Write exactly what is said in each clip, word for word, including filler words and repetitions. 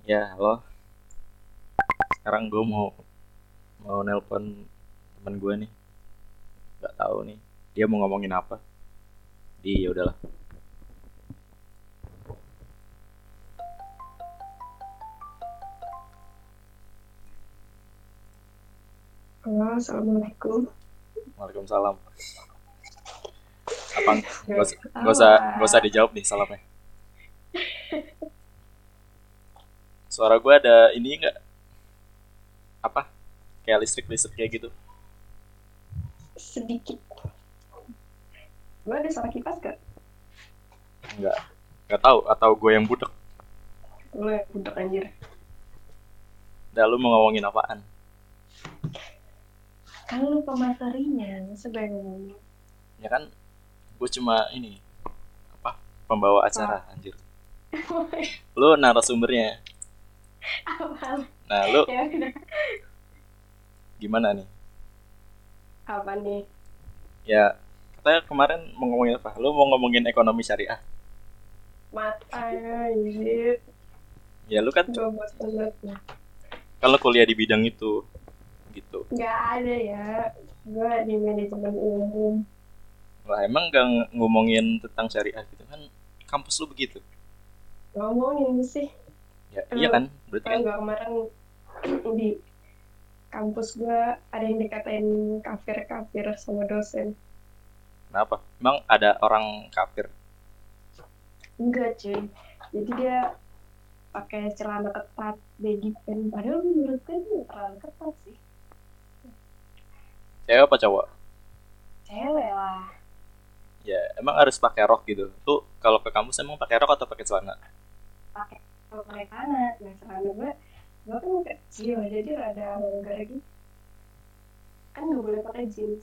Ya, halo. Sekarang gue mau mau nelpon teman gue nih. Gak tahu nih. Dia mau ngomongin apa? Di ya udahlah. Halo, Assalamualaikum. Waalaikumsalam. Apa Gak gak usah usah gak usah ketawa. gak usah dijawab nih salamnya. Suara gue ada ini nggak apa? Kayak listrik-listrik kayak gitu. Sedikit. Gue ada suara kipas gak? Nggak nggak tahu atau gue yang budek. Gue budak anjir. Dah lu mau ngomongin apaan? Kan lu pematerinya, sebenarnya. Ya kan gue cuma ini apa? Pembawa Apa? acara anjir. Lu narasumbernya. Apa? Nah, lu Ya udah. gimana nih? Apa nih? Ya, katanya kemarin mau ngomongin apa? Lu mau ngomongin ekonomi syariah. Mata, anjir. Ya lu kan Gue bosan banget nih. kalau kuliah di bidang itu gitu. Gak ada ya. Gue di manajemen umum. Lah emang gak ngomongin tentang syariah gitu kan kampus lu begitu. Ngomongin sih. Ya iya Lu kan? Berarti tau kan gak kemarin di kampus gue ada yang dikatain kafir-kafir sama dosen. kenapa? Emang ada orang kafir. Enggak cuy. Jadi dia pakai celana ketat, baggy pants. Padahal menurut gue itu terlalu ketat sih. Cewek apa cowok? Cewek lah. Ya emang harus pakai rok gitu. Lu kalau ke kampus emang pakai rok atau pakai celana? Pakai kalau pakai celana. Nah celana gue, gue kan kecil jadi rada longgar gitu. Kan nggak boleh pakai jeans.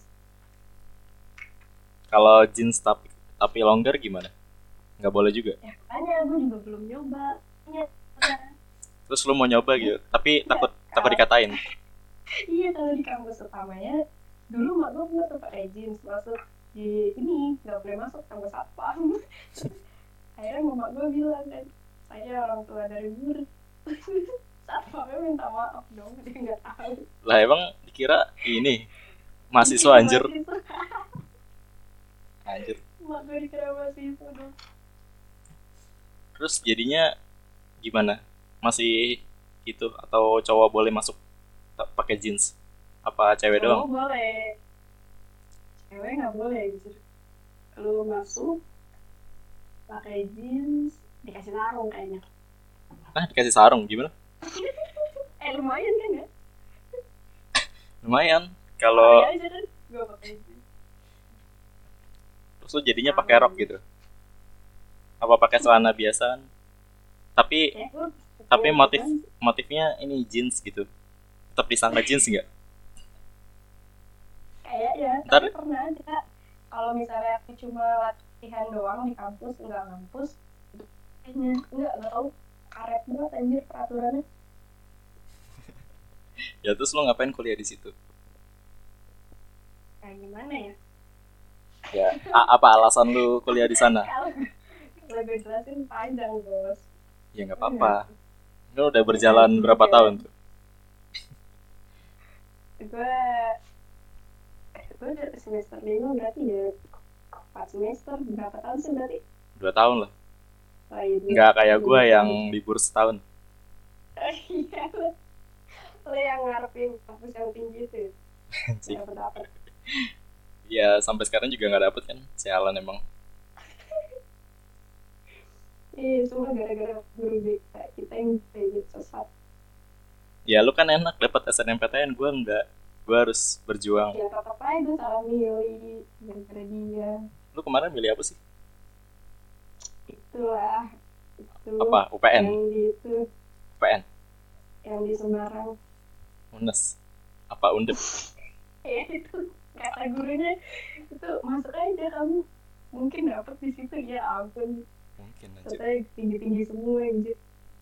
Kalau jeans tapi tapi longgar gimana? Nggak boleh juga. Ya makanya gue juga belum nyoba. Iya, Terus lu mau nyoba gitu, tapi enggak. takut takut Kalau dikatain. iya kalau di kampus utamanya dulu mak gue nggak tuh pakai jeans masuk di ini nggak boleh masuk kampus apa. Akhirnya mama gue bilang kan saya orang tua dari murid. Satpamnya minta maaf dong dia nggak tahu. Lah emang dikira ini mahasiswa Dikira anjir. mahasiswa. Anjir. Mak gue dikira mahasiswa dong. Terus jadinya gimana? Masih gitu atau cowok boleh masuk ta- pakai jeans? Apa cewek doang? Cowok boleh, cewek nggak boleh gitu. Lu masuk pakai jeans dikasih sarung kayaknya. Nah, dikasih sarung gimana? Eh lumayan kan ya. Lumayan. Kali Kalau aja kan gue pakai jeans terus lu jadinya pakai rok sarung. gitu. Apa pakai celana biasa? Tapi Ya gue tapi pakai motif kan. motifnya ini jeans gitu. Tetap disangka jeans enggak? Kayak ya tapi Ntar pernah ada kalau misalnya aku cuma latihan doang di kampus nggak ngampus itu kayaknya nggak nggak tahu karet banget anjir peraturannya. ya terus lu ngapain kuliah di situ? Kayak gimana ya. Ya, a- apa alasan lu kuliah di sana? Kalau kalau gue jelasin panjang bos. Ya nggak Enggak apa-apa. Lu udah enggak berjalan berapa juga. tahun tuh? gue gue dari semester lima berarti ya empat semester berapa tahun sih berarti. Dua tahun lah. Oh iya dua Nggak kayak dua gue yang tahun. libur setahun. Iya lo lo yang ngarepin kampus yang tinggi itu ya? Nggak Sih. dapet dapet. Ya sampai sekarang juga nggak dapet kan. Sialan emang. Iya cuma gara-gara guru B K kita yang kayak gitu sesat. Ya lu kan enak dapat S N M P T N, gue enggak. Gue harus berjuang. Ya tetap aja gue salah milih gara-gara dia. Lu kemarin milih apa sih? Itulah itu Apa? yang U P N? di itu U P N? yang di Semarang. Unes? Apa Undip? Ya itu kata gurunya itu masuk aja kamu mungkin dapet di situ ya ampun. Mungkin aja. Katanya tinggi-tinggi semua anjir.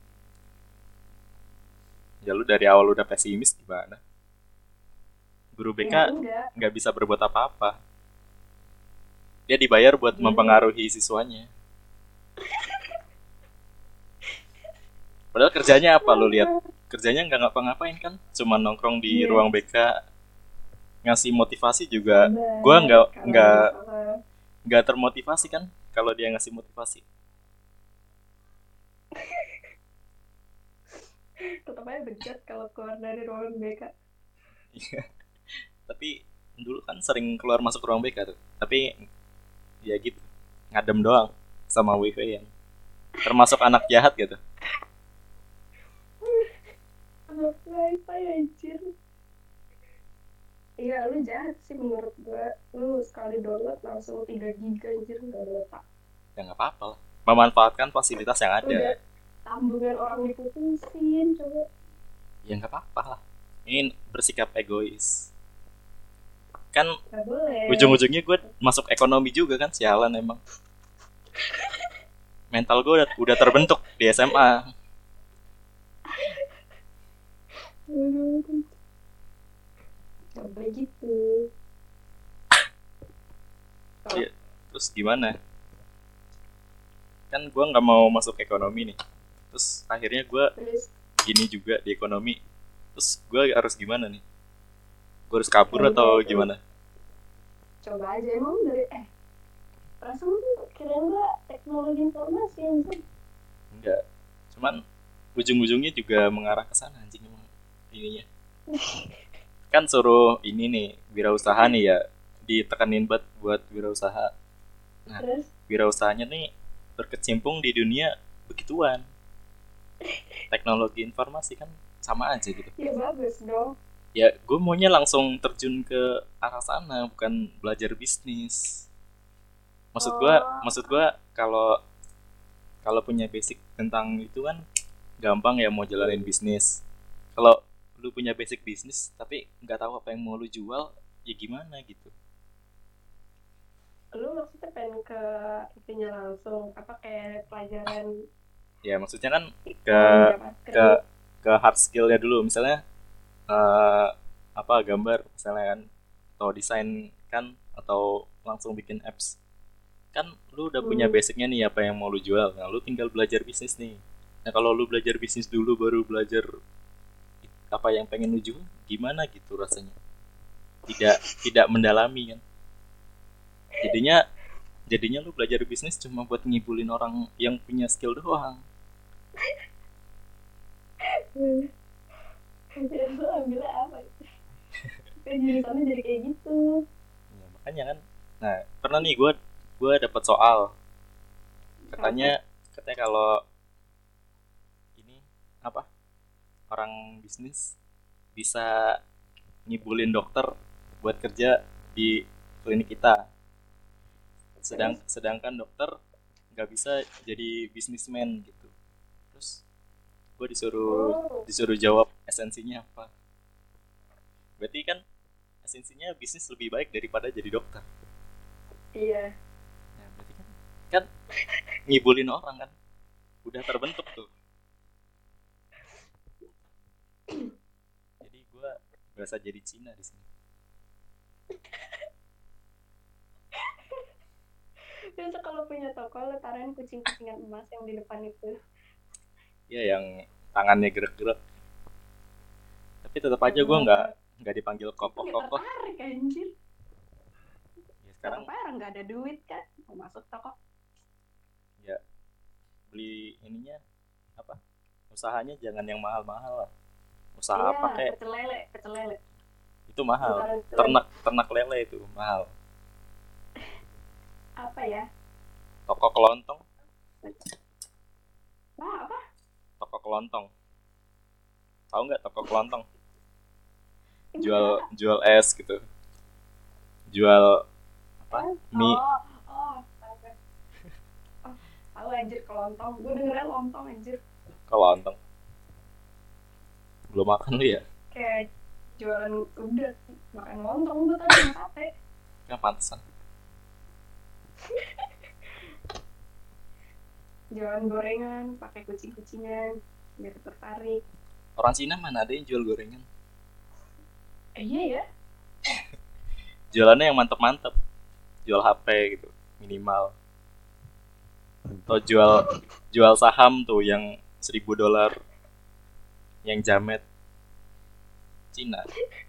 Ya lu dari awal udah pesimis gimana? Guru Ya B K enggak nggak bisa berbuat apa-apa. Dia dibayar buat gini mempengaruhi siswanya. Padahal kerjanya apa lu lihat? Kerjanya nggak ngapa-ngapain kan? Cuma nongkrong di Iya. ruang B K, ngasih motivasi juga. Gua Sabar, nggak kalau nggak misalnya nggak termotivasi kan kalau dia ngasih motivasi. tetap aja bejat kalau keluar dari ruangan B K. Tapi dulu kan sering keluar masuk ruang B K tuh. Tapi ya gitu, ngadem doang sama wifi yang termasuk anak jahat gitu. Anak wifi anjir. Iya, lu jahat sih menurut gua. Lu sekali download langsung tiga giga anjir, nggak ada letak. Ya nggak apa-apa lah, memanfaatkan fasilitas yang Udah ada. tambungan orang diputusin, coba. Ya nggak apa-apa lah, ini bersikap egois kan. Nggak boleh. Ujung-ujungnya gue masuk ekonomi juga kan, sialan emang. Mental gue udah, udah terbentuk di S M A. Nggak boleh gitu. Ya, terus gimana? Kan gue nggak mau masuk ekonomi nih. Terus akhirnya gue Terus gini juga di ekonomi. Terus gue harus gimana nih? Gue harus kabur Ya atau udah, itu. gimana? coba aja emang dari eh perasaan lu kirain gua teknologi informasi anjir. Enggak. Cuman ujung-ujungnya juga mengarah ke sana anjing emang ininya. Kan suruh ini nih, wirausaha nih ya, ditekenin buat buat wirausaha. Nah, Terus wirausahanya nih berkecimpung di dunia begituan. Teknologi informasi kan sama aja gitu. ya bagus dong. Ya gue maunya langsung terjun ke arah sana, bukan belajar bisnis. Maksud gue, Oh, maksud gue kalau kalau punya basic tentang itu kan gampang ya mau jalanin bisnis. Kalau lu punya basic bisnis tapi nggak tahu apa yang mau lu jual, ya gimana gitu. lu maksudnya pengen ke itunya langsung apa kayak pelajaran Ya maksudnya kan ke teknologi ke JavaScript. ke hard skillnya dulu, misalnya eh, apa gambar misalnya kan, atau desain kan, atau langsung bikin apps kan. Lu udah punya Hmm. basicnya nih apa yang mau lu jual, nah lu tinggal belajar bisnis nih. Nah kalau lu belajar bisnis dulu baru belajar apa yang pengen lu jual, gimana gitu rasanya, tidak tidak mendalami kan. Jadinya jadinya lu belajar bisnis cuma buat ngibulin orang yang punya skill doang. Ya, lu ambilnya apa? Kayak jurusannya jadi kayak gitu. Ya, makanya kan. Nah pernah nih gue gue dapat soal, katanya katanya kalau ini apa, orang bisnis bisa ngibulin dokter buat kerja di klinik kita, sedang Terus sedangkan dokter nggak bisa jadi bisnismen gitu. Terus gue disuruh oh disuruh jawab esensinya apa. Berarti kan esensinya bisnis lebih baik daripada jadi dokter. iya. Nah, berarti kan kan ngibulin orang kan udah terbentuk tuh. Jadi gue berasa jadi Cina di sini. Terus kalau punya toko lu taruhin kucing-kucingan emas yang di depan itu. Ya yang tangannya gerak-gerak. Tapi tetap aja gue Coba. nggak nggak dipanggil Nggak kokoh-kokoh. tertarik anjir. Ya sekarang Apa orang nggak ada duit kan mau masuk toko. ya beli ininya apa, usahanya jangan yang mahal-mahal lah. Usaha apa Iya, kayak pecel lele, pecel lele. itu mahal. Taruhin pecel lele. Ternak ternak lele itu mahal. Apa ya? Toko kelontong, Nah, apa? toko kelontong. Tahu nggak toko kelontong? Enggak. Jual jual es gitu. Jual apa? Mie. Oh, oh, tahu gue. Oh, tahu anjir kelontong. Gue dengernya lontong anjir. Kelontong. Belum makan lu ya? Kayak jualan udah makan lontong gue tadi sama sate. Ya pantesan. Jualan gorengan pakai kucing-kucingan biar tertarik. Orang Cina mana ada yang jual gorengan? Eh, iya ya. Jualannya yang mantep-mantep. Jual H P gitu, minimal. Atau jual jual saham tuh yang seribu dolar yang jamet Cina.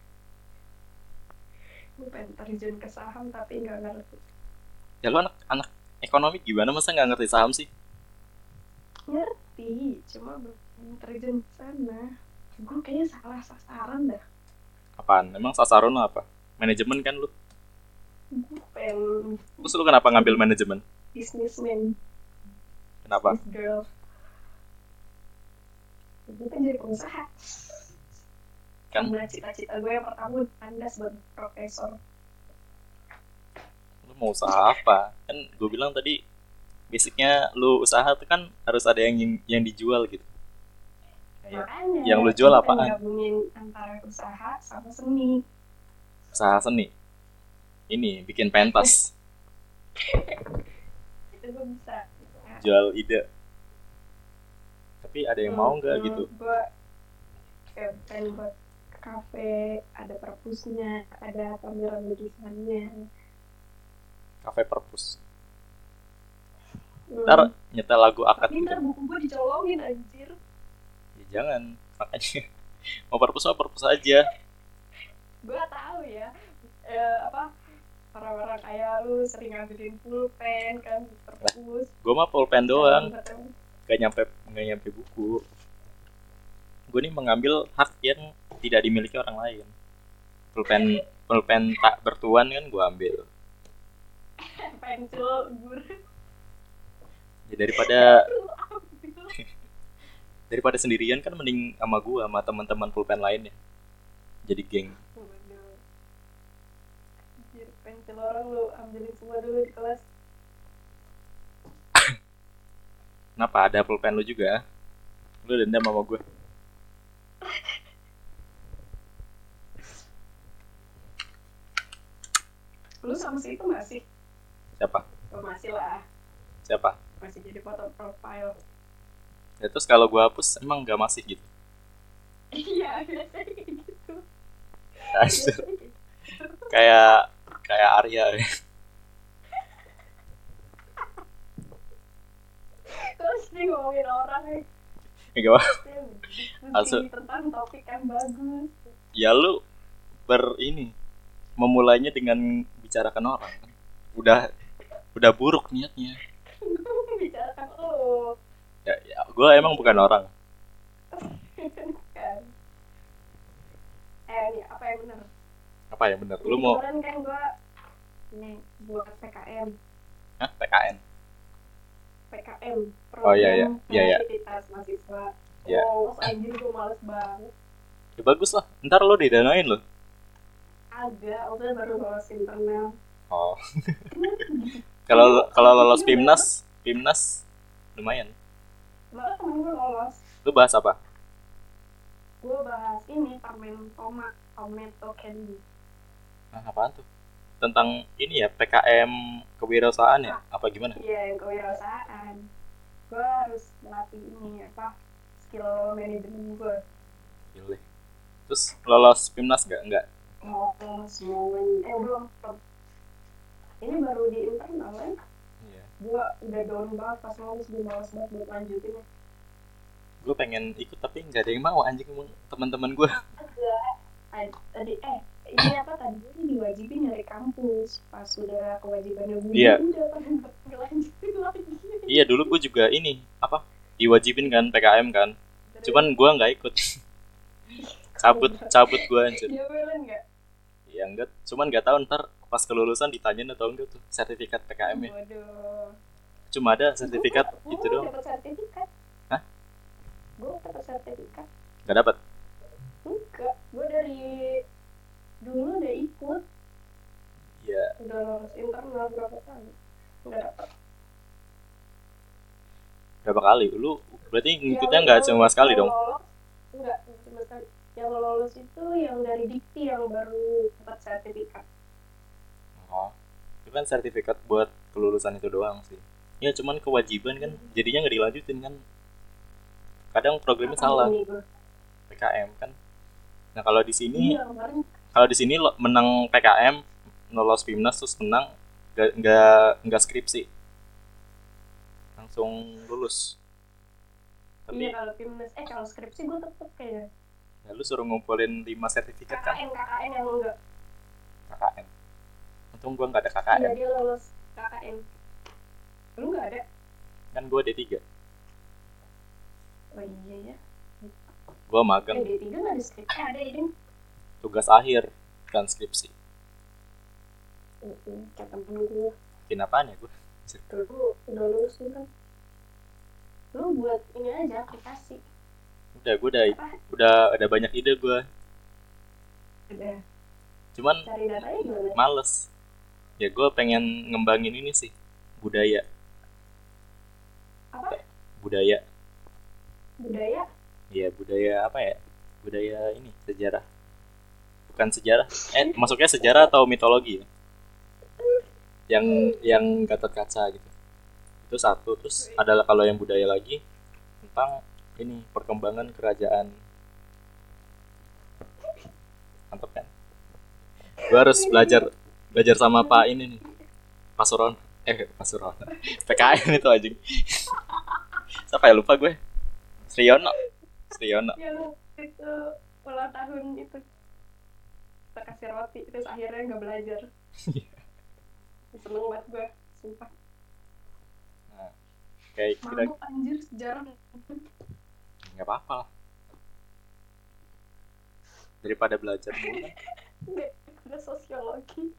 Gue pengen terjun ke saham tapi nggak ngerti. Ya lu anak anak ekonomi gimana masa nggak ngerti saham sih? Ngerti, cuma belum terjun ke sana. Gue kayaknya salah sasaran dah. Apaan? Emang sasaran lu apa? Manajemen kan lu. Gue pengen Terus lu kenapa ngambil manajemen? businessman, Kenapa? business girl. Gue kan jadi pengusaha. Kan Karena cita-cita gue yang pertama anda sebagai profesor. lu mau usaha apa? Kan gue bilang tadi basicnya lu usaha tuh kan harus ada yang yang dijual gitu. Kayak Makanya yang lu jual gue apaan? pengen gabungin antara usaha sama seni. Usaha seni. Ini bikin pentas, Itu gue bisa. Nah, jual ide. Tapi ada yang mau nggak hmm, gitu? gue kayak pengen buat kafe, ada perpusnya, ada pameran lukisannya. Kafe perpus. Hmm. Ntar nyetel lagu akad Tapi gitu. ntar buku gue dicolongin anjir. Ya jangan, makanya mau perpus mah perpus aja. Gue tahu ya, eh, apa orang-orang kayak lu sering ngambilin pulpen kan, perpus. Gue mah pulpen doang, Sekarang gak nyampe gak nyampe buku. Gue nih mengambil hak yang tidak dimiliki orang lain. Pulpen pulpen tak bertuan kan gue ambil. pensil gue Ya daripada lu ambil. daripada sendirian kan mending sama gue sama teman-teman pulpen lainnya. Jadi geng. Waduh. Anjir, pensil orang lu ambilin semua dulu di kelas. Kenapa ada pulpen lu juga? Lu dendam sama gue. Lu sama si itu masih? Siapa? Oh, masih lah. Siapa? Masih jadi foto profile. Ya terus kalau gue hapus emang gak masih gitu. Iya, biasanya kayak gitu. Asli. Biasanya kayak gitu. kayak kayak Arya. Terus dia ngomongin orang ya. Gak apa. Diskusi tentang topik yang bagus. Ya lu ber ini memulainya dengan bicarakan orang kan. Udah udah buruk niatnya. Bicarakan lo. Ya, ya gue emang bukan orang. Kan. Eh, ini apa yang benar? Apa yang bener? Lu mau Kemarin kan gua ini buat P K M. Hah? P K N? P K M. Oh, iya, iya. Iya, iya. Kreativitas mahasiswa. Iya. Oh, anjir gue males banget. Ya bagus lah. Ntar lu didanain lo. Agak, udah baru lolos internal. Oh. Kalau kalau lolos Pimnas, Pimnas lumayan. Bahkan temen gue lolos. Lu bahas apa? Gue bahas ini permen tomat, tomato candy. Nah, apaan tuh? Tentang ini ya, P K M kewirausahaan ya? Apa gimana? Iya, yang kewirausahaan. Gue harus melatih ini apa skill manajemen gue. Gile. Terus lolos Pimnas gak? Enggak. Mau semua eh belum belum. Ini baru di internal kan? Iya. Gue udah down banget pas lulus, gue males banget buat lanjutin ya. Gue pengen ikut tapi nggak ada yang mau anjing emang teman-teman gue. Agak tadi eh ini apa tadi ini diwajibin dari kampus pas udah kewajibannya gue Iya. udah pada nggak ngelanjutin lagi. Iya dulu gue juga ini apa diwajibin kan P K M kan. Cuman gue nggak ikut. cabut cabut gue anjir. Dia bilang nggak? Ya enggak. Cuman nggak tahu ntar pas kelulusan ditanyain atau enggak tuh sertifikat P K M-nya. Waduh. Cuma ada sertifikat Gua- itu gua doang. dapat sertifikat. Hah? Gue dapat sertifikat. Nggak dapat. Enggak, gue dari dulu udah ikut, Iya. udah lolos internal berapa kali, nggak dapat. Berapa kali? Lu berarti ngikutnya Yang nggak lolos- cuma sekali yang dong? lolos, enggak, enggak cuma sekali. Yang lolos itu yang dari Dikti yang baru dapat sertifikat. Oh. Itu kan sertifikat buat kelulusan itu doang sih. Ya cuman kewajiban kan jadinya nggak dilanjutin kan. Kadang programnya Apa salah. ini, gua? P K M kan. Nah, kalau di sini Iya, kemarin kalau di sini lo- menang P K M, lolos Pimnas terus menang nggak nggak nggak skripsi. Langsung lulus. Tapi Iya kalau timnas, eh kalau skripsi gue tetep kayaknya ya lu suruh ngumpulin lima sertifikat kan K K N K K N yang enggak. K K N. Untung gua nggak ada Iya K K N. dia lolos K K N. Lu nggak ada? Kan gua D tiga. Oh iya ya. Gua Eh magang D tiga nggak ada skripsi, ada ini. tugas akhir transkripsi. Mm-mm, kayak temen gue. Bikin apaan ya gua? Lu udah lulus tuh kan? Lu buat ini aja aplikasi. Udah gua udah Apa? udah ada banyak ide gua. Udah. Cuman Cari datanya gimana? males. Ya gua pengen ngembangin ini sih, budaya. Apa? Budaya. Budaya? Iya, budaya apa ya? Budaya ini, sejarah. Bukan sejarah. Eh, masuknya sejarah atau mitologi ya? Yang yang Gatot Kaca gitu. Itu satu. Terus adalah kalau yang budaya lagi tentang ini perkembangan kerajaan. Mantap kan? Gue harus belajar belajar sama Pak ini nih. Pak Suron. Eh, Pak Suron. P K N itu anjing. Siapa ya, lupa gue. Sriono. Sriono. Yang itu ulang tahun itu. Kita kasih roti, terus akhirnya nggak belajar. Seneng banget gue, sumpah. Nah, kayak kira Mabuk anjir sejarah. nggak apa-apa lah. Daripada belajar mulu kan. Nggak, ada sosiologi.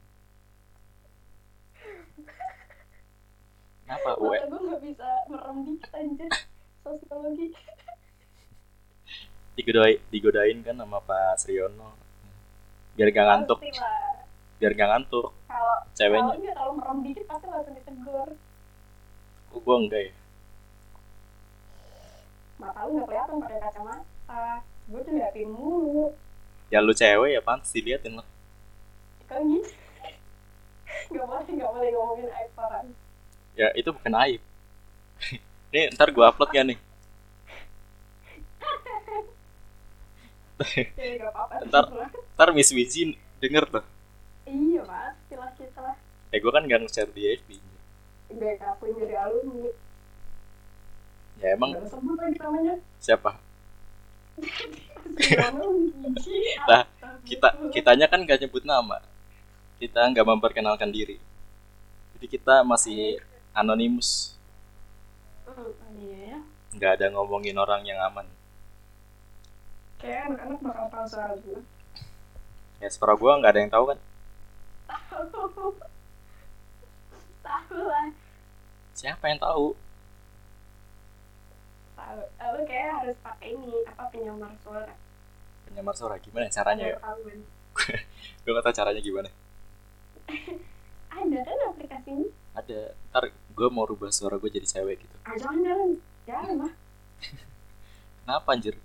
Kenapa U E? Mata gue nggak bisa merem dikit anjir. Sosiologi. Digodain, digodain kan sama Pak Sriono. Biar gak ngantuk, Pasti lah. biar gak ngantuk Kalau ceweknya. kalau enggak, kalau merem dikit pasti langsung ditegur. Oh, gue enggak ya. Mata lu nggak kelihatan pakai kacamata. Gue tuh liatin mulu. Ya lu cewek ya pantas diliatin lah. Kan gitu. Gak boleh, gak boleh ngomongin aib orang. Ya itu bukan aib. Nih ntar gue upload ya nih. Ya gak apa-apa. Ntar ntar Miss Wiji denger tuh. Iya pasti lah kita lah. Eh gue kan gak nge-share di F B. Gak kapuin jadi alumni. Ya emang Gak sebut lagi namanya. siapa? Nah, kita kitanya kan gak nyebut nama. Kita gak memperkenalkan diri. Jadi kita masih anonimus. Hmm, iya ya. Gak ada ngomongin orang yang aman. Kayak anak-anak bakal tahu suara gue. Ya suara gue gak ada yang tahu kan. Tahu. Tahu lah. Siapa yang tahu? Tahu. Lu kayak harus pakai ini apa penyamar suara. Penyamar suara gimana caranya ya? Tahuan. Gue gak tau caranya gimana. Ada kan aplikasinya? Ada. Ntar gue mau rubah suara gue jadi cewek gitu. Ah, jangan jangan. Jangan mah. Kenapa anjir?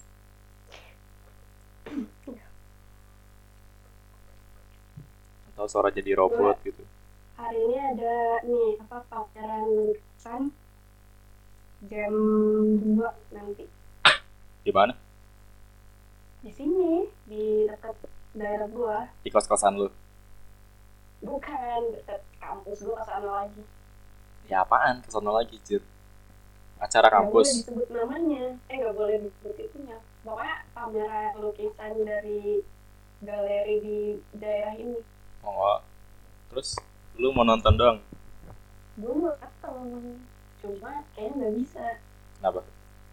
Atau suara jadi robot gitu. Hari ini ada nih apa pameran lukisan jam dua nanti. Di mana? Di sini, di dekat daerah gua. Di kos-kosan lu. Bukan dekat kampus gua, ke sana lagi. Ya apaan? Kesana lagi, Jir. Acara Nggak boleh kampus. disebut namanya. Eh nggak boleh disebut itunya. Pokoknya pameran lukisan dari galeri di daerah ini. Oh, terus lu mau nonton doang? Gua mau datang, cuma kayaknya nggak bisa. Kenapa?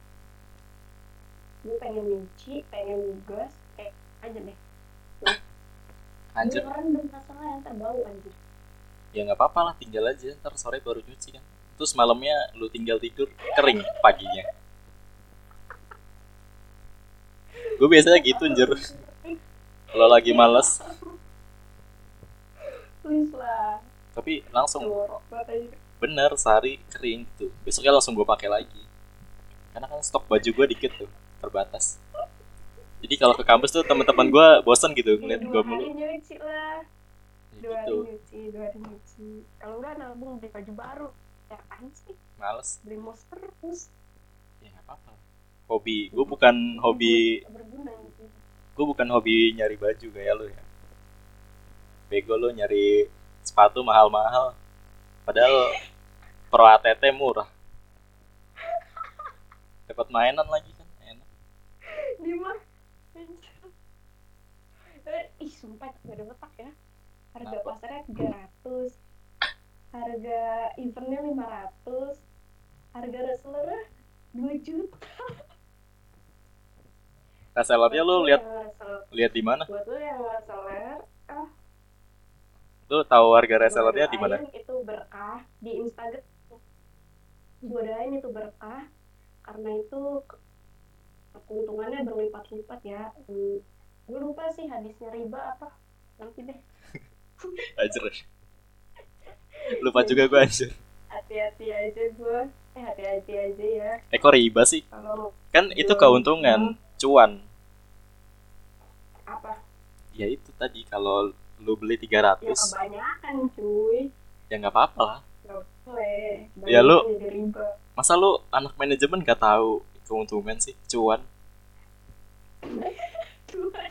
Gue pengen nyuci, pengen nugas, kayak aja deh. Anjir. Gue orang dan masalah yang terbau anjir. Ya nggak apa-apa lah, tinggal aja. Ntar sore baru nyuci kan. Terus malamnya lu tinggal tidur, kering paginya. Gue biasanya gitu, Jir. Kalau lagi males. Please lah. Tapi langsung Jorok banget aja. bener sehari kering gitu. Besoknya langsung gue pakai lagi. Karena kan stok baju gue dikit tuh, terbatas. Jadi kalau ke kampus tuh teman-teman gue bosan gitu ngeliat Ya, gue dua mulu. hari nyuci lah. Ya, Dua hari gitu. nyuci, dua hari nyuci. Kalau enggak nabung beli baju baru. Ya apaan sih? Males. Beli monster terus. Ya nggak apa-apa. Hobi. Gue bukan hobi. Berguna gitu. Gue bukan hobi nyari baju kayak lu ya. Bego lu nyari sepatu mahal-mahal. Padahal Pro A T T murah. Dapat mainan lagi kan enak. Di mah Eh, ih sumpah itu gak ada otak ya. Harga Kenapa? pasarnya tiga ratus, harga eventnya lima ratus, harga resellernya dua juta. Resellernya Buat lu lo lihat yang resell, lihat di mana? buat lo yang reseller, ah Lu tahu harga gue resellernya di mana? doain itu berkah di Instagram. Gue doain itu berkah karena itu keuntungannya berlipat-lipat ya. Hmm, gue lupa sih hadisnya riba apa, nanti deh. Anjir. Lupa juga Jadi gue anjir. hati-hati aja gue, eh hati-hati aja ya Eh kok riba sih? kalau Kan itu jual keuntungan, cuan. apa Ya itu tadi kalau lu beli tiga ya, ratus kebanyakan cuy, ya nggak apa-apa lah. nggak boleh Ya lu kebanyakan jadi riba. masa lu anak manajemen gak tahu keuntungan sih, cuan. Tuhan,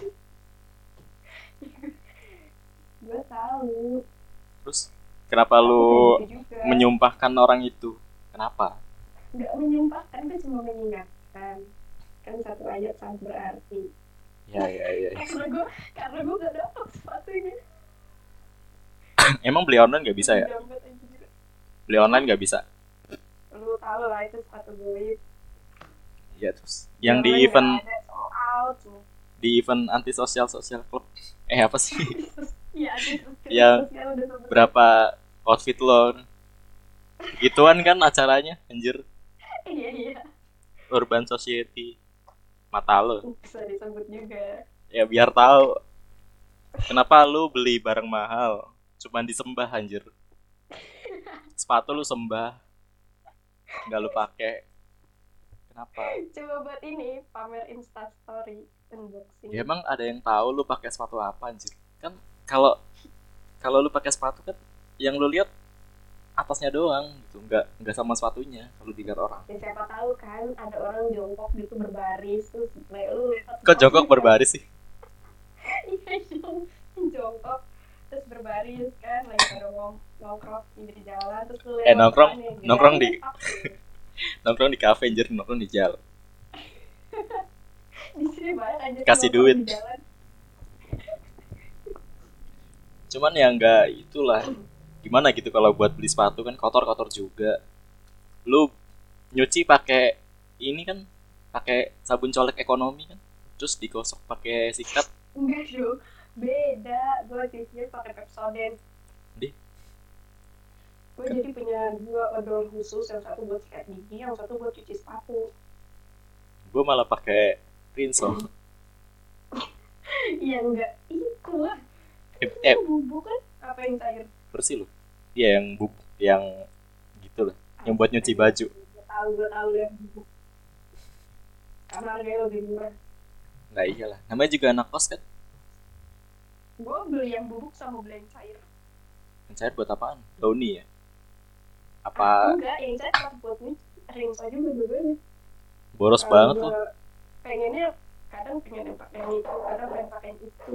gue tahu, Terus kenapa aku lu kayak gitu juga. menyumpahkan orang itu? Kenapa? Nggak menyumpahkan, gue cuma mengingatkan, kan satu ayat sangat berarti. Ya ya ya. karena gue karena gue gak dapet sepatunya. Emang beli online gak bisa ya? Jambat anjir. Beli online gak bisa. Lu tau lah itu sepatu gue. Ya terus yang di Zaman nggak event ada sold out nih. di event anti sosial sosial club. Eh apa sih? Iya ada Yang sosial udah sempet. berapa outfit lo? Gituan kan acaranya, anjir. Iya iya Urban Society. Mata lo. bisa disebut juga. Ya biar tahu kenapa lu beli barang mahal cuman disembah anjir. Sepatu lu sembah, nggak lu pakai. Kenapa? Coba buat ini pamer Insta Story unboxing. Ya emang ada yang tahu lu pakai sepatu apa anjir? Kan kalau kalau lu pakai sepatu kan yang lu lihat atasnya doang gitu, nggak nggak sama sepatunya kalau dilihat orang. Ya siapa tahu kan ada orang jongkok gitu berbaris terus kayak lu lihat Kok jongkok berbaris sih? iya dong, jongkok terus berbaris kan lagi pada ngom- nongkrong di jalan terus lu Eh lewat nongkrong depan ya, nongkrong di gerakannya up gitu. nongkrong di kafe anjir, nongkrong di jalan. Di sini banyak aja Kasih nongkrong duit. di jalan. Cuman ya nggak itulah. Gimana gitu kalau buat beli sepatu kan kotor-kotor juga. Lu nyuci pakai ini kan pakai sabun colek ekonomi kan. Terus digosok pakai sikat. Enggak dong, beda. Gue cucinya pakai Pepsodent. Deh, Gue jadi punya dua odol khusus, yang satu buat sikat gigi, yang satu buat cuci sepatu. gue malah pakai Rinso. Iya enggak, itu lah. Eh, Itu eh bubuk kan, apa yang cair? bersih loh. Iya yang bub yang gitu lah. Yang buat nyuci baju. Gue tahu, gue tahu deh bubuk. Karena harganya lebih murah. Nah iyalah. Namanya juga anak kos kan. Gue beli yang bubuk sama beli yang cair. Yang cair buat apaan? Downy ya? Ah, Apa enggak, yang cair pas buat nih, rinse aja berdua-duanya. boros Kalau banget gue loh. pengennya, kadang pengen yang pakai yang itu, kadang pengen pakai yang itu.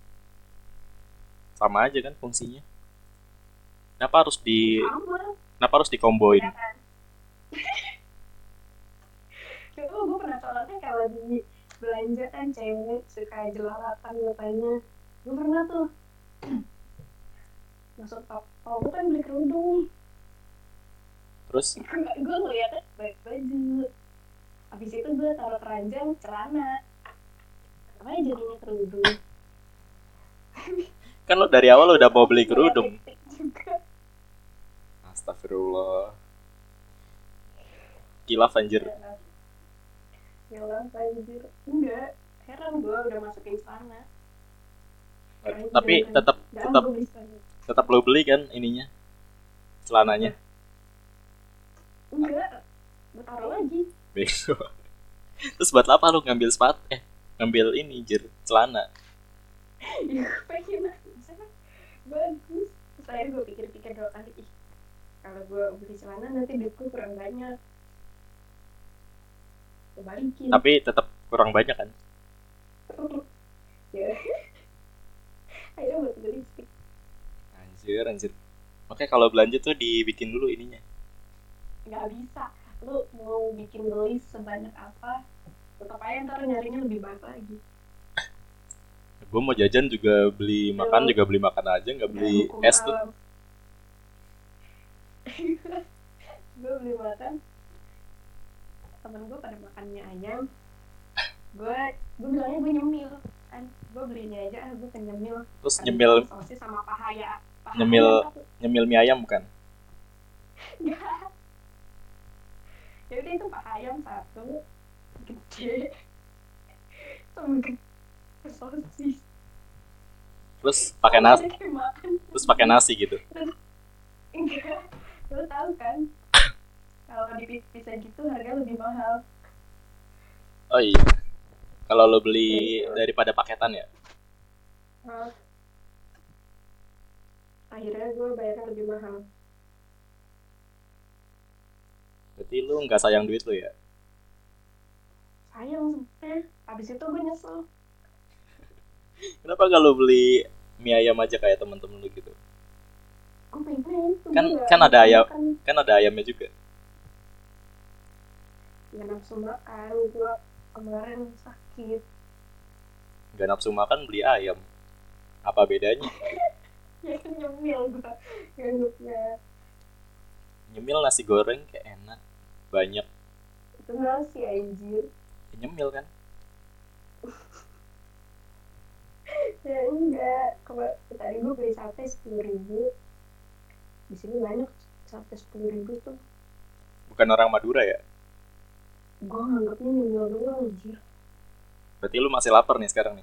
Sama aja kan fungsinya. Kenapa harus di Sama, kenapa harus dikomboin? ya kan? Coba gue penasarannya kalau di belanja kan cewek suka jelalatan katanya. Gue pernah tuh masuk toko, gue kan beli kerudung. Terus Gue ngeliatnya baik baju. Habis itu gue taruh keranjang celana. Kenapa jadinya kerudung? kan lo dari awal lo udah mau beli kerudung. Hektik juga. Astagfirullah. Kilaf anjir. Yalah anjir. Enggak, heran gue udah masukin celana. Tapi tetap tetap tetap lo beli kan ininya, celananya. Enggak, gue taruh lagi. Bego. Terus buat apa lo ngambil sepatu? Eh, ngambil ini jir celana. Ya gue pengen bisa kan bagus. Terus akhirnya gue pikir-pikir dua kali, ih kalau gue beli celana nanti duitku kurang banyak. Gue balikin. Tapi tetap kurang banyak kan? Ya. Akhirnya buat beli stick. Anjir, anjir. Makanya kalau belanja tuh dibikin dulu ininya. Nggak bisa. lu mau bikin beli sebanyak apa tetap aja ntar nyarinya lebih banyak lagi. Gue mau jajan juga beli makan juga beli makan aja, nggak beli es tuh. Gue beli makan, temen gue pada makannya ayam, gue gue bilangnya gue nyemil kan, gue belinya aja ah gue pengen nyemil. Terus Karena nyemil sosis sama pahaya, pahaya nyemil satu. nyemil mie ayam bukan? Enggak. Ya udah itu pahayam satu gede sama gede sosis. Terus pakai nasi, Makan. terus pakai nasi gitu. Enggak, lo tahu kan kalau di pizza gitu harganya lebih mahal. Oh iya, kalau lo beli daripada paketan ya. Nah, akhirnya gue bayarnya lebih mahal. Berarti lo nggak sayang duit lo ya? Sayang sebenernya, abis itu gue nyesel. Kenapa nggak lo beli mie ayam aja kayak temen-temen lo gitu? Gue pengen Kan kan ada ayam, kan ada ayamnya juga. Gak nafsu makan, gue kemarin sakit. Nggak nafsu makan beli ayam, apa bedanya? Ya kan nyemil gue, gak Nyemil nasi goreng kayak enak, banyak. itu nasi anjir. Nyemil kan? Ya enggak, kalau tadi gue beli sate sepuluh ribu, di sini banyak sate sepuluh ribu tuh. Bukan orang Madura ya? Gue nganggapnya nyemil doang anjir. Berarti lu masih lapar nih sekarang nih?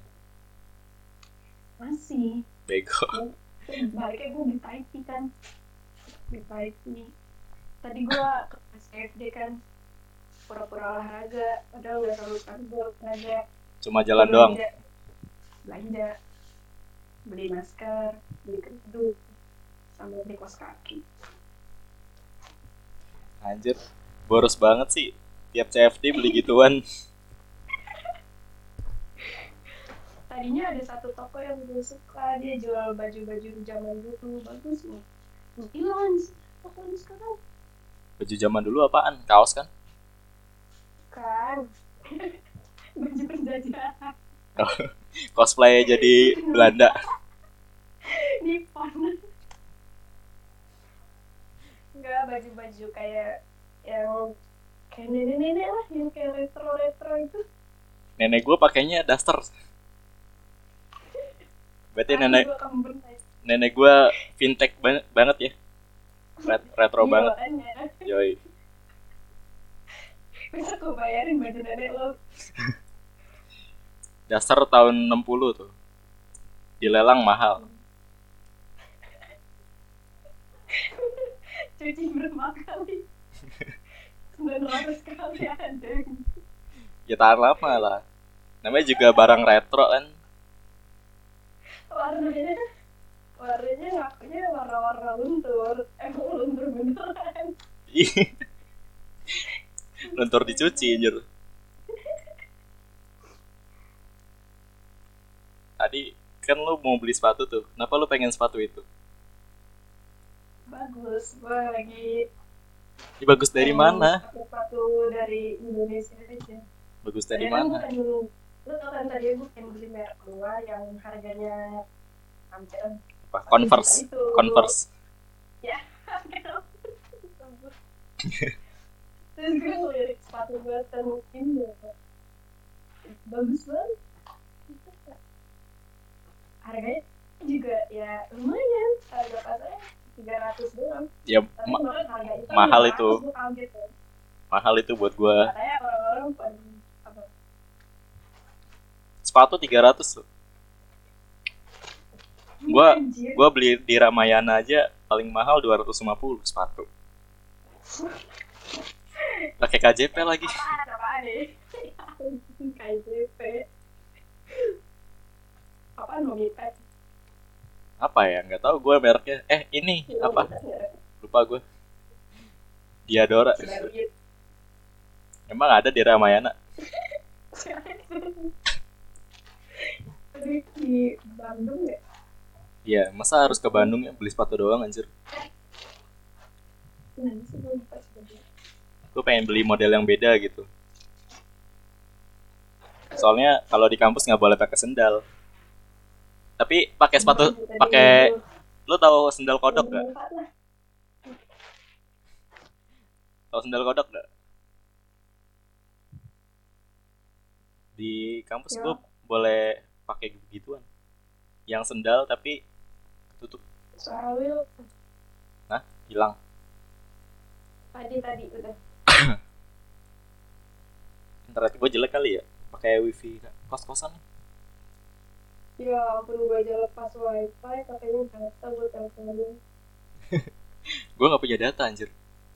Masih. Bego. Baliknya gue beli Taiki kan, beli Taiki. Tadi gue ke S K F D kan, pura-pura olahraga, padahal gak selalu kan gue olahraga. Cuma jalan doang? Belanja, beli masker, beli kerudung, sama beli kaos kaki. Anjir, boros banget sih. Tiap C F D beli gituan. Tadinya ada satu toko yang gue suka, dia jual baju-baju zaman dulu, bagus nih. Hilang tokonya sekarang. Baju zaman dulu apaan? Kaos kan? Kan, baju penjajahan. Cosplay jadi Belanda. Nippon. Enggak, baju-baju kayak yang kayak nenek-nenek lah, yang kayak retro-retro itu. Nenek gue pakainya daster. Berarti Ah, nenek gua kemben, nenek gue fintech banget, banget ya. Ret, retro iya, banget. Makanya. Yoi. Bisa gue bayarin baju nenek lo. Daster tahun enam puluh tuh. Dilelang mahal. Cuci berapa kali? sembilan ratus kali ada. Ya tahan lama lah. Namanya juga barang retro kan. Warnanya warnanya ngakunya warna-warna luntur. Emang luntur beneran. Luntur dicuci anjir. Tadi kan lu mau beli sepatu tuh. Kenapa lu pengen sepatu itu? Bagus, gue lagi. Ini bagus dari mana? Sepatu dari Indonesia aja. Bagus dari Padahal mana? Kan dulu, lu tau kan tadi gue pengen beli merek luar yang harganya hampir Apa? Converse. Converse. Ya, terus gue ngelirik sepatu gue temukin ya, bagus banget. Harganya juga ya lumayan, harga pasarnya tiga ratus doang. Ya Tapi ma- harga itu mahal lima ratus, itu. gue kaget ya. Mahal itu buat gua. Katanya orang-orang pada apa? Sepatu tiga ratus tuh. Gua Anjir. gua beli di Ramayana aja paling mahal dua ratus lima puluh sepatu. Pakai K J P lagi. Apaan, apaan nih? K J P. Apaan mau mipet? Apa ya? Nggak tahu gua mereknya. Eh ini apa? Lupa gua. Diadora. Sigarit. Emang ada di Ramayana? Tadi di Bandung ya? Iya, masa harus ke Bandung ya beli sepatu doang anjir? Nah, sih gue lupa sebenarnya. Aku gue pengen beli model yang beda gitu. Soalnya kalau di kampus nggak boleh pakai sendal. Tapi pakai sepatu, pakai, lu tahu sendal kodok gak? Tahu sendal kodok gak? Di kampus gue boleh pakai gituan. Yang sendal tapi tutup. Suara Will. Nah, hilang. Tadi tadi udah. Internet gue jelek kali ya. Pakai wifi kos-kosan. Ya ampun, gue aja lepas wifi katanya data buat teleponin. Gue nggak punya data anjir.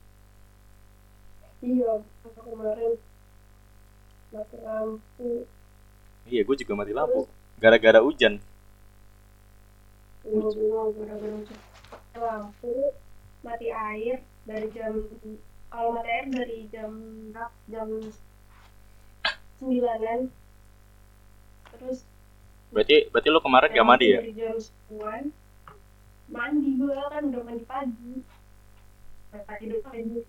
Iya, apa kemarin mati lampu. Iya, gue juga mati lampu. Gara-gara hujan. Bunga-bunga gara-gara hujan. Lampu, mati air dari jam, kalau mati air dari jam jam sembilanan. Terus Berarti berarti lu kemarin gak mandi ya? dari jam sepuluhan mandi, gue kan udah mandi pagi. Pagi udah pagi.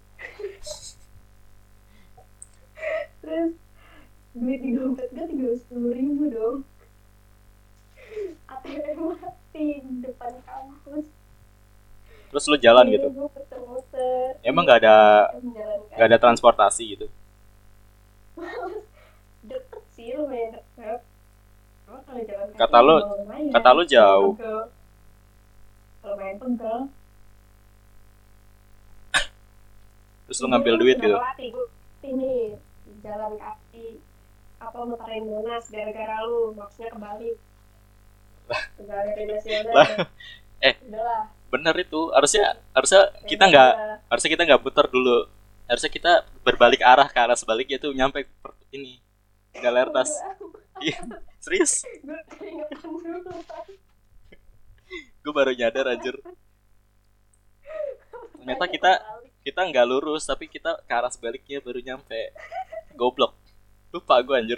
Terus duit di dompet gue tiga puluh ribu dong. A T M mati di depan kampus. Terus lu jalan Jadi gitu? gue puter-puter. Emang gak ada Menjalankan. gak ada transportasi gitu? Deket sih, lumayan deket. Oh, kalau jalan kaki Kata lu, lumayan. kata lu jauh. Pegel. Lumayan pegel. Terus lu ngambil duit gitu? Gue ini jalan kaki apa muterin Monas gara-gara lu, maksudnya kebalik. Kebalik dari nasional. Eh, udahlah. Bener itu. Harusnya harusnya kita nggak harusnya kita nggak putar dulu. Harusnya kita berbalik arah ke arah sebaliknya tuh nyampe ini Galertas. Iya, serius. Gue keingetan dulu. Gue baru nyadar anjir. Ternyata kita kita nggak lurus tapi kita ke arah sebaliknya baru nyampe. Goblok. Lupa gue anjir.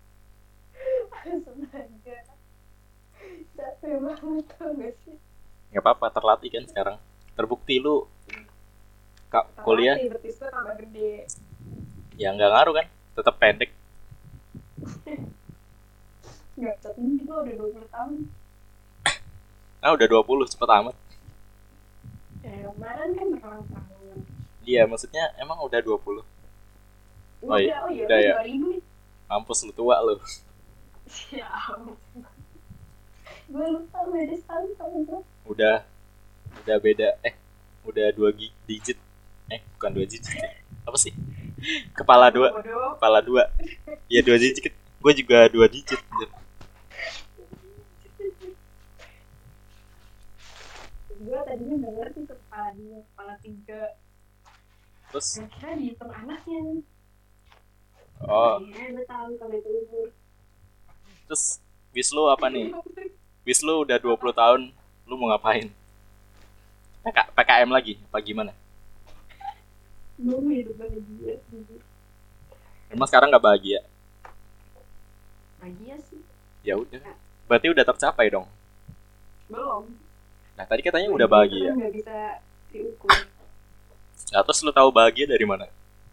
Astaga. Capek banget tuh gak sih? Nggak apa-apa, terlatih kan sekarang. Terbukti lu kak kuliah. Terlatih, betis gue tambah gede. Ya nggak ngaruh kan, tetap pendek. Nggak, tapi ini gue udah dua puluh tahun. Ah udah dua puluh, cepet amat. Ya kemarin kan berulang tahun. Iya, maksudnya emang udah dua puluh. Oh iya, oh iya, udah ya. dua ribu nih. Mampus lu tua lu. Ya gue lupa beda setahun sama gue. Udah, udah beda, eh, udah dua digit. Eh, bukan dua digit. Apa sih? Kepala dua, Bodoh. kepala dua. Iya dua digit. Gue juga dua digit. Gue tadinya nggak ngerti tuh kepala dua, kepala tiga. Terus? Kira-kira dihitung anaknya. Oh. Iya, gue tahu kalau itu umur. Terus, wis lu apa nih? Wis lu udah dua puluh tahun, lu mau ngapain? P K M lagi? Apa gimana? Gue mau hidup bahagia. Emang sekarang gak bahagia? Bahagia sih. Ya udah. Berarti udah tercapai dong? Belum. Nah tadi katanya udah bahagia. Nggak bisa diukur. Nah terus lu tahu bahagia dari mana?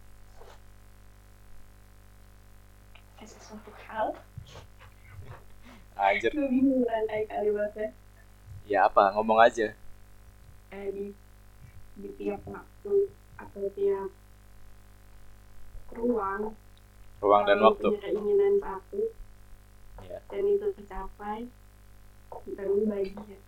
Sesuatu hal. Anjir. Gue bingung rantai kalimatnya. Ya apa, ngomong aja. Eh, di, di tiap waktu atau tiap ruang. Ruang dan waktu. Punya keinginan satu. Ya. Dan itu tercapai. Baru bahagia.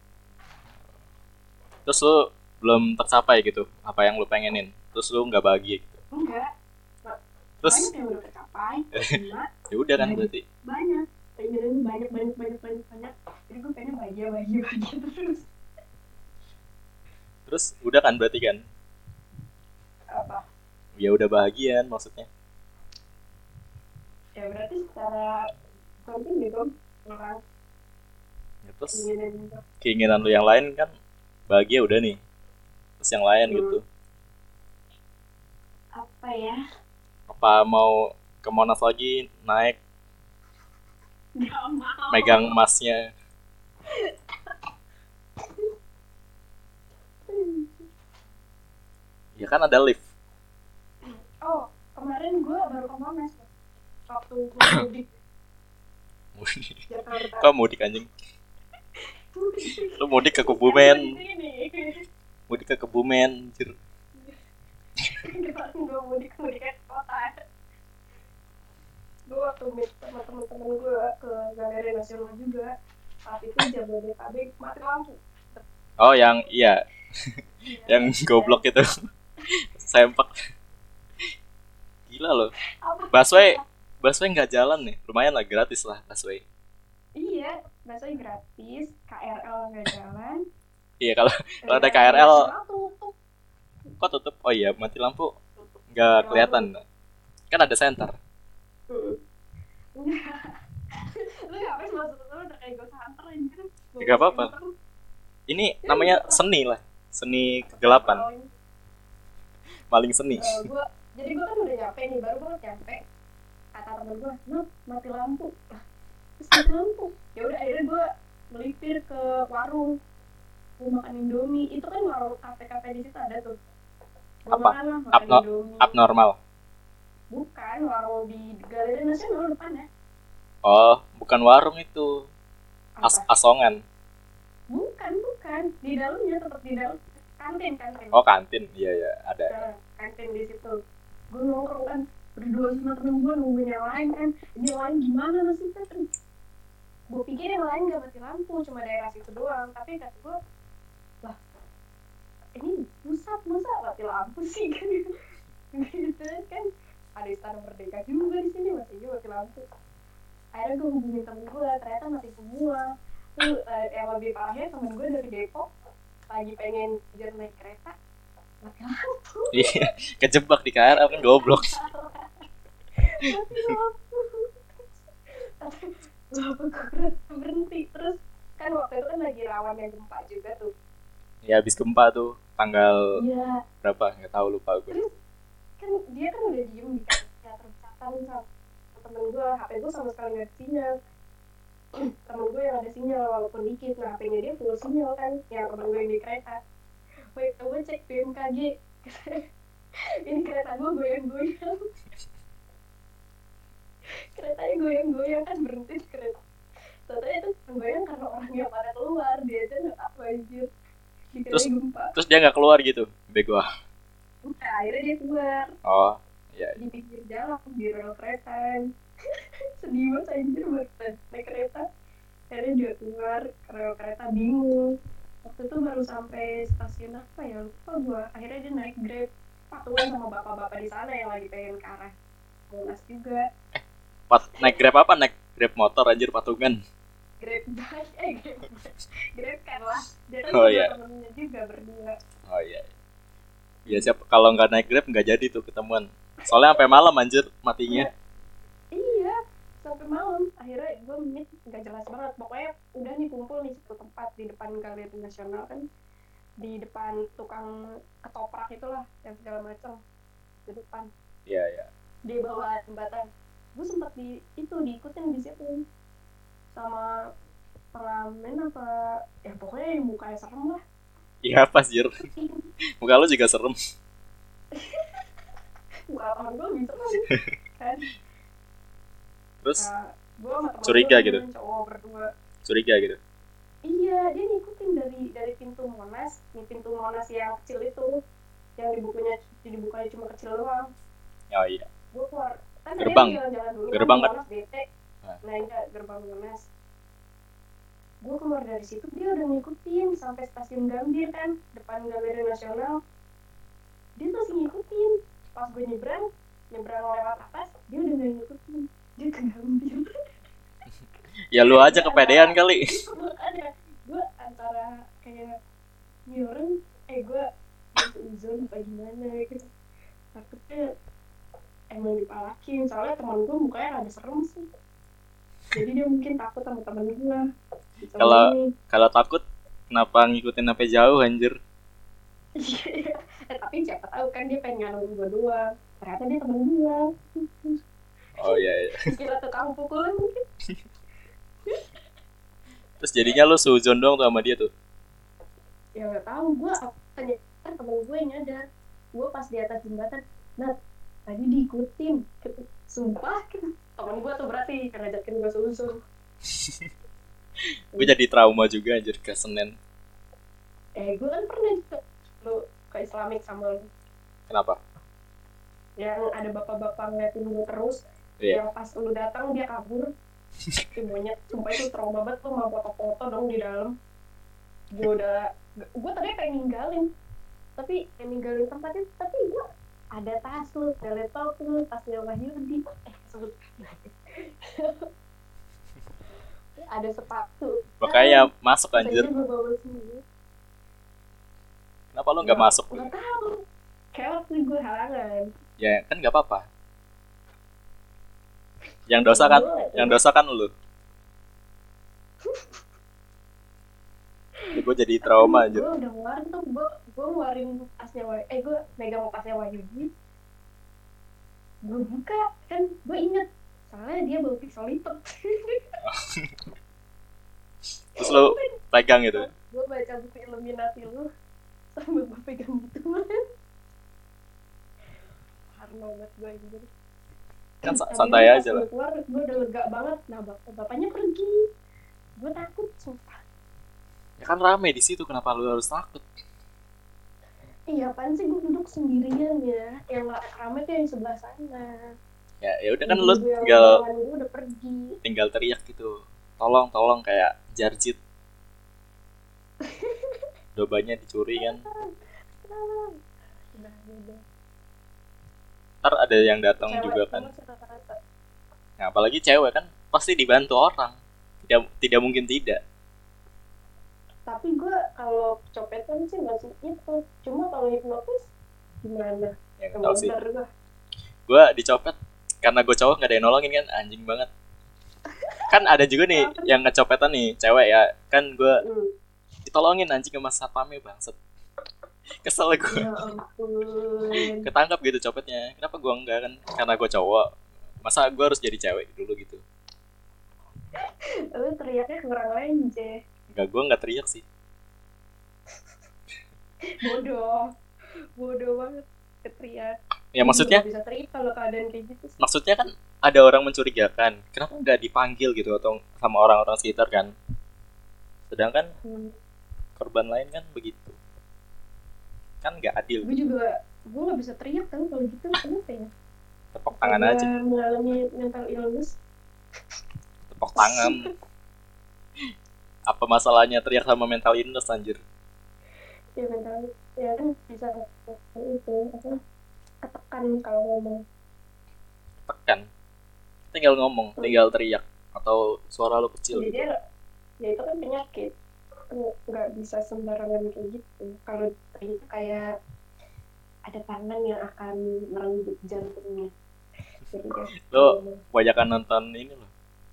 Terus lu belum tercapai gitu, apa yang lu pengenin. Terus lu nggak bahagia gitu. Enggak. Terus? Banyak yang udah tercapai. Enggak. Ya udah kan berarti. Banyak. Keinginan banyak banyak banyak banyak banyak. Jadi gue pengen bahagia bahagia bahagia terus. Terus udah kan berarti kan? Apa? Ya udah bahagia maksudnya. Ya berarti secara samping gitu orang. Ya, terus Keinginan, keinginan lu yang lain kan bahagia udah nih. Terus yang lain hmm. gitu. Apa ya? Apa mau ke Monas lagi naik? Gak mau. Megang emasnya. Ya kan ada lift. Oh, kemarin gue baru ke Monas waktu gue mudik Mudik. Jakarta. Kok mudik anjing? Lu mudik ke Kebumen. Mudik ke Kebumen, anjir. Gue mudik mudik ke kota. Gue waktu meet sama temen-temen gue ke Galeri Nasional juga. Saat itu Jabodetabek mati lampu. Oh, yang iya. Yang goblok itu. Sempak. Gila loh. Busway, busway nggak jalan nih. Lumayan lah, gratis lah busway. Iya, busway gratis, K R L nggak jalan. Iya, kalau kalau ada K R L kok tutup? Oh iya, mati lampu nggak kelihatan. Kan ada center. Hmm. Lu ngapain masuk ke sana kayak gue santer anjir. Gak apa-apa. Ini namanya seni lah. Seni kegelapan. Maling seni. Uh, gua, jadi gue kan udah nyampe nih, baru banget nyampe. Kata temen gue, "Nut, mati lampu." Terus mati lampu. Ya udah akhirnya gue melipir ke warung. Gue makan Indomie. Itu kan warung kafe-kafe di situ ada tuh. Gua apa? makan lah, makan Abno- Indomie. abnormal. Bukan, warung di Galeri Nasional depannya. Oh, bukan warung itu. As- Apa? asongan. Bukan, bukan. Di dalamnya tetap di dalam kantin, kantin. Oh, kantin. Iya, iya, ada. Nah, kantin di situ. Gue nongkrong kan berdua sama temen gue nungguin yang lain kan. Ini yang lain gimana nasibnya kan? Gue pikir yang lain gak mati lampu, cuma daerah situ doang. Tapi kata gue, lah ini pusat masa mati lampu sih kan? Gitu kan. Ada Istana Merdeka juga di sini, masih juga mati lampu. Akhirnya gue hubungin temen gue, ternyata mati semua. Tuh uh, yang lebih parahnya temen gue dari Depok lagi pengen kejar naik kereta mati lampu. Iya, kejebak di K R L kan goblok. Mati lampu. Lampu kereta berhenti. Terus kan waktu itu kan lagi rawan yang gempa juga tuh. Ya habis gempa tuh tanggal Iya. berapa? Nggak tahu, lupa gue. Terus kan dia kan udah diem di kaca terus catatan sama temen gue, H P gue sama sekali nggak ada sinyal. Temen gue yang ada sinyal walaupun dikit, nah H P-nya dia full sinyal kan, yang temen gue yang di kereta. Wait, gue cek B M K G. Ini kereta gue goyang-goyang. Keretanya goyang-goyang kan berhenti kereta. Soalnya itu goyang karena orangnya pada keluar, dia aja nggak apa anjir. Terus, gempa. terus dia nggak keluar gitu, bego. Udah, akhirnya dia keluar. Oh, iya. Di pinggir jalan, di rel kereta. Sedih banget anjir buat naik kereta. Akhirnya dia keluar ke rel kereta, bingung. Waktu itu baru sampai stasiun apa ya, lupa gue. Akhirnya dia naik Grab, patungan sama bapak-bapak di sana yang lagi pengen ke arah Monas juga. Pat, naik Grab apa? Naik Grab motor anjir patungan. Grab bike, eh Grab bike. Grab kan lah. Dia kan Oh, sama iya. temennya juga berdua. Oh iya. Ya siapa kalau nggak naik Grab nggak jadi tuh ketemuan. Soalnya sampai malam anjir matinya. Iya, sampai malam. Akhirnya gue meet nggak jelas banget. Pokoknya udah nih kumpul nih satu tempat di depan Galeri Nasional kan, di depan tukang ketoprak itulah yang segala macam di depan. Iya iya. Di bawah jembatan. Gue sempat di itu diikutin di situ sama pengamen apa ya pokoknya yang mukanya serem lah. Iya pas jir. Muka lu juga serem. Muka temen gue lebih serem kan. Terus Nah, gue sama temen curiga gue gitu. cowok berdua. Curiga gitu. Iya, dia ngikutin dari dari pintu Monas, nih pintu Monas yang kecil itu, yang dibukunya dibukanya cuma kecil doang. Oh iya. Gue keluar, kan Gerbang. dia jalan-jalan dulu Gerbang kan, kan? Monas bete, Nah. nah enggak gerbang Monas. Gue keluar dari situ dia udah ngikutin sampai stasiun Gambir kan, depan Galeri Nasional. Dia masih ngikutin. Pas gue nyebrang, nyebrang lewat atas, dia udah nggak ngikutin. Dia ke Gambir. Ya lu aja kepedean kali. Ada gue antara kayak ini orang eh gue uzon apa gimana gitu, takutnya emang dipalakin soalnya teman gue mukanya rada serem sih, jadi dia mungkin takut sama teman gue. Kalau kalau takut kenapa ngikutin sampai jauh anjir? eh, tapi siapa tahu kan dia pengen ngalamin gue doang, ternyata dia temen gue. Oh iya iya. Kira tukang pukulan mungkin. Terus jadinya lu suzon dong tuh sama dia tuh. Ya nggak tahu, gue tanya kan temen gue yang nyadar, gue pas di atas jembatan, Nat tadi diikutin. Sumpah, temen gue tuh berarti yang ngajakin gue susun. Gue jadi trauma juga anjir ke Senen. Eh, gue kan pernah juga lu ke Islamic sama lu. Kenapa? Yang ada bapak-bapak ngeliatin gue terus. Iya. Yang pas lu datang dia kabur. Si monyet, sumpah itu trauma banget tuh, mau foto-foto dong di dalam. Gue udah, gue tadi pengen ninggalin, tapi pengen ninggalin tempatnya, tapi gue ada tas lu, ada laptop lu, tasnya Wahyudi, eh sebut, ada sepatu. Makanya masuk anjir. Saya gue bawa sendiri. Kenapa lo nggak masuk? Nggak tahu, kayak waktu gue halangan. Ya kan nggak apa-apa. Yang dosa kan, yang dosa kan lu. Gue jadi trauma aja. Gue udah ngeluarin tuh, gue gue ngeluarin tasnya Wahyudi, eh gue megang tasnya Wahyudi, gue buka kan, gue inget soalnya dia bawa pisau lipat. Terus lo pegang gitu. Gue baca buku Illuminati lu sambil gue pegang gitu kan. Parno banget gue gitu. Kan santai aja lah. Keluar gue udah lega banget. Nah bapak bapaknya pergi. Gue takut sumpah. Ya kan rame di situ, kenapa lu harus takut? Iya, apaan sih gue duduk sendirian ya. Yang gak rame tuh yang sebelah sana. Ya ya udah kan lu tinggal gue udah pergi. Tinggal teriak gitu. Tolong, tolong kayak Jarjit. Dobanya dicuri kan. Udah, udah. Ntar ada yang datang juga kan. Nah, apalagi cewek kan pasti dibantu orang. Tidak tidak mungkin tidak. Tapi gue kalau copetan sih masih itu. Cuma kalau hipnotis gimana? Ya nggak tahu sih. Gue. Gue dicopet karena gue cowok nggak ada yang nolongin kan, anjing banget. Kan ada juga nih yang ngecopetan nih cewek ya, kan gue hmm. ditolongin anjing sama satpamnya bangset. Kesel gue. Ya ampun. Ketangkap gitu copetnya. Kenapa gue enggak kan? Karena gue cowok. Masa gue harus jadi cewek dulu gitu? Lu teriaknya kurang lenje. Enggak, gue nggak teriak sih. Bodoh, bodoh banget teriak. Ya maksudnya? Bisa teriak kalau keadaan kayak gitu sih. Maksudnya kan ada orang mencurigakan. Kenapa nggak dipanggil gitu atau sama orang-orang sekitar kan? Sedangkan hmm. korban lain kan begitu. Kan nggak adil. Gue juga, gue nggak bisa teriak kan kalau gitu. Kenapa ya? Tepuk tangan Gua aja. Mengalami mental illness. Tepuk tangan. Apa masalahnya teriak sama mental illness anjir? Ya mental, ya kan bisa itu apa? Ketekan kalau ngomong. Tekan. Tinggal ngomong, tinggal teriak atau suara lo kecil. Jadi gitu. Ya itu kan penyakit. Nggak bisa sembarangan kayak gitu. Kalau itu kayak ada tangan yang akan merenggut jantungnya. Jadi lo kebanyakan nonton ini lo.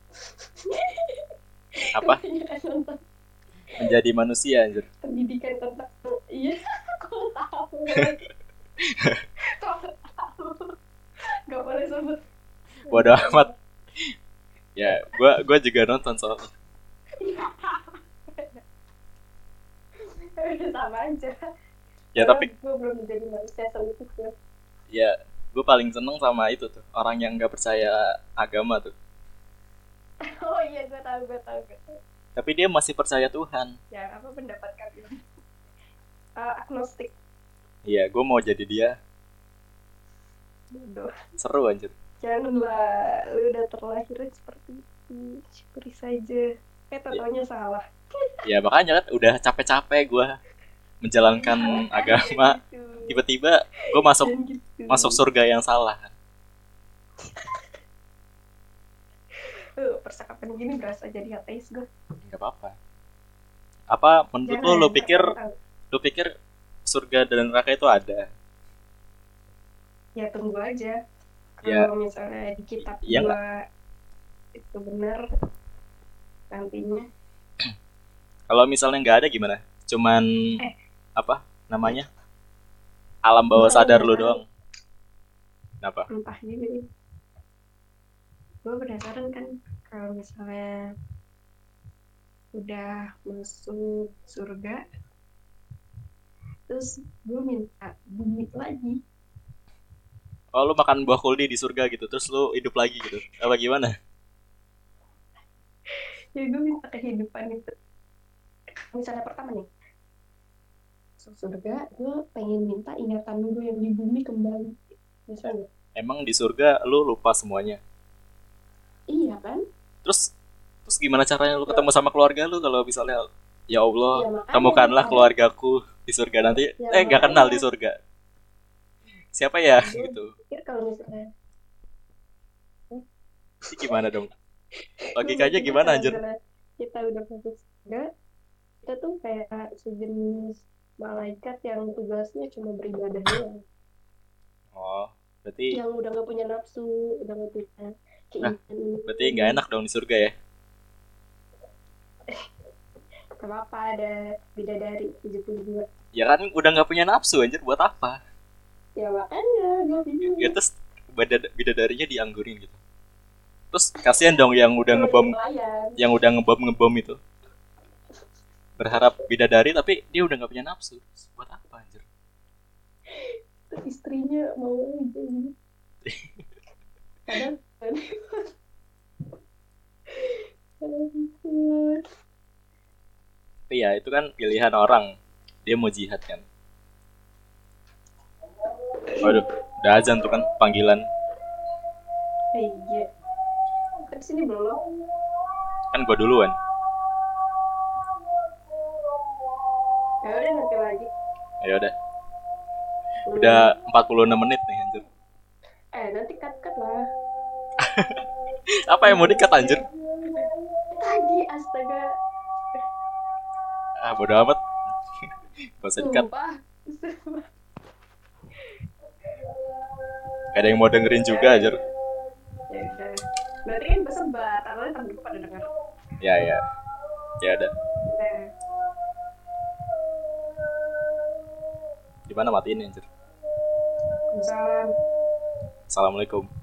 Apa? Menjadi manusia anjir. Pendidikan tentang iya, kok tahu. Kok tahu. Gak boleh sebut. Bodoh amat. Ya, gua gua juga nonton soalnya. Sama aja. Ya tapi gue belum menjadi manusia seutuh ya. Ya, gue paling seneng sama itu tuh, orang yang nggak percaya agama tuh. Oh iya, gue tahu, gue tahu, gue tahu. Tapi dia masih percaya Tuhan. Ya, apa pendapat kalian? Uh, agnostik. Iya, gue mau jadi dia. Bodoh. Seru anjir. Janganlah, lu udah terlahir seperti itu. Syukuri saja. Eh, tatonya ya. Salah. Ya makanya kan udah capek-capek gue menjalankan ya, agama. Gitu. Tiba-tiba gue masuk gitu. masuk surga yang salah. Uh, percakapan gini berasa jadi ateis gue. Gak apa-apa. Apa menurut Jangan, lo, lo pikir lo pikir surga dan neraka itu ada? Ya tunggu aja. Ya. Kalau misalnya di kitab ya, gua itu benar nantinya. Kalau misalnya nggak ada gimana? Cuman eh. apa namanya? Alam bawah sadar lo doang. Kenapa? Entah gini. Gue penasaran kan kalau misalnya udah masuk surga, terus gue minta bumi lagi. Oh, lu makan buah kuldi di surga gitu, terus lu hidup lagi gitu. Apa gimana? Jadi gue minta kehidupan itu. Misalnya pertama nih, masuk surga, gue pengen minta ingatan gue yang di bumi kembali. Misalnya, Emang di surga lu lupa semuanya. iya kan? Terus terus gimana caranya lu Ya, ketemu sama keluarga lu kalau misalnya ya Allah, ya makanya temukanlah ada, keluargaku di surga nanti. ya Eh, gak kenal di makanya. surga. Siapa ya Gue gitu. pikir kalau misalnya, Ini gimana dong? gue Logikanya berpikir gimana kalau anjir? misalnya kita udah masuk surga, kita tuh kayak sejenis malaikat yang tugasnya cuma beribadah doang. Oh, berarti Yang udah gak punya nafsu, udah gak punya nah, keinginan berarti nggak ini. enak dong di surga ya? Kenapa ada bidadari tujuh puluh dua? Ya kan udah nggak punya nafsu anjir, buat apa? Ya makanya gue Ya bingung. terus bida- bidadarinya dianggurin gitu. Terus kasihan dong yang udah Suruh jadi ngebom, pelayan. yang udah ngebom ngebom itu. Berharap bidadari tapi dia udah nggak punya nafsu. Terus buat apa anjir? Terus istrinya mau aja gitu. Kadang kan. Aduh. Tapi ya itu kan pilihan orang. Dia mau jihad kan. Waduh, udah azan tuh kan panggilan. Eh, iya. Kan sini belum. Kan gua duluan. Ya udah nanti lagi. Ya udah. Hmm. Udah empat puluh enam menit nih anjir. Eh nanti cut cut lah. Apa yang mau dikat anjir? Tadi astaga. Ah, bodo amat. Gak usah dikat. Sumpah. Gak ada yang mau dengerin juga anjir. Ya udah. Berarti kan bersebar. Karena temen gue pada denger. Ya ya. Ya udah. Nah. Gimana matiin anjir? Misalnya Assalamualaikum.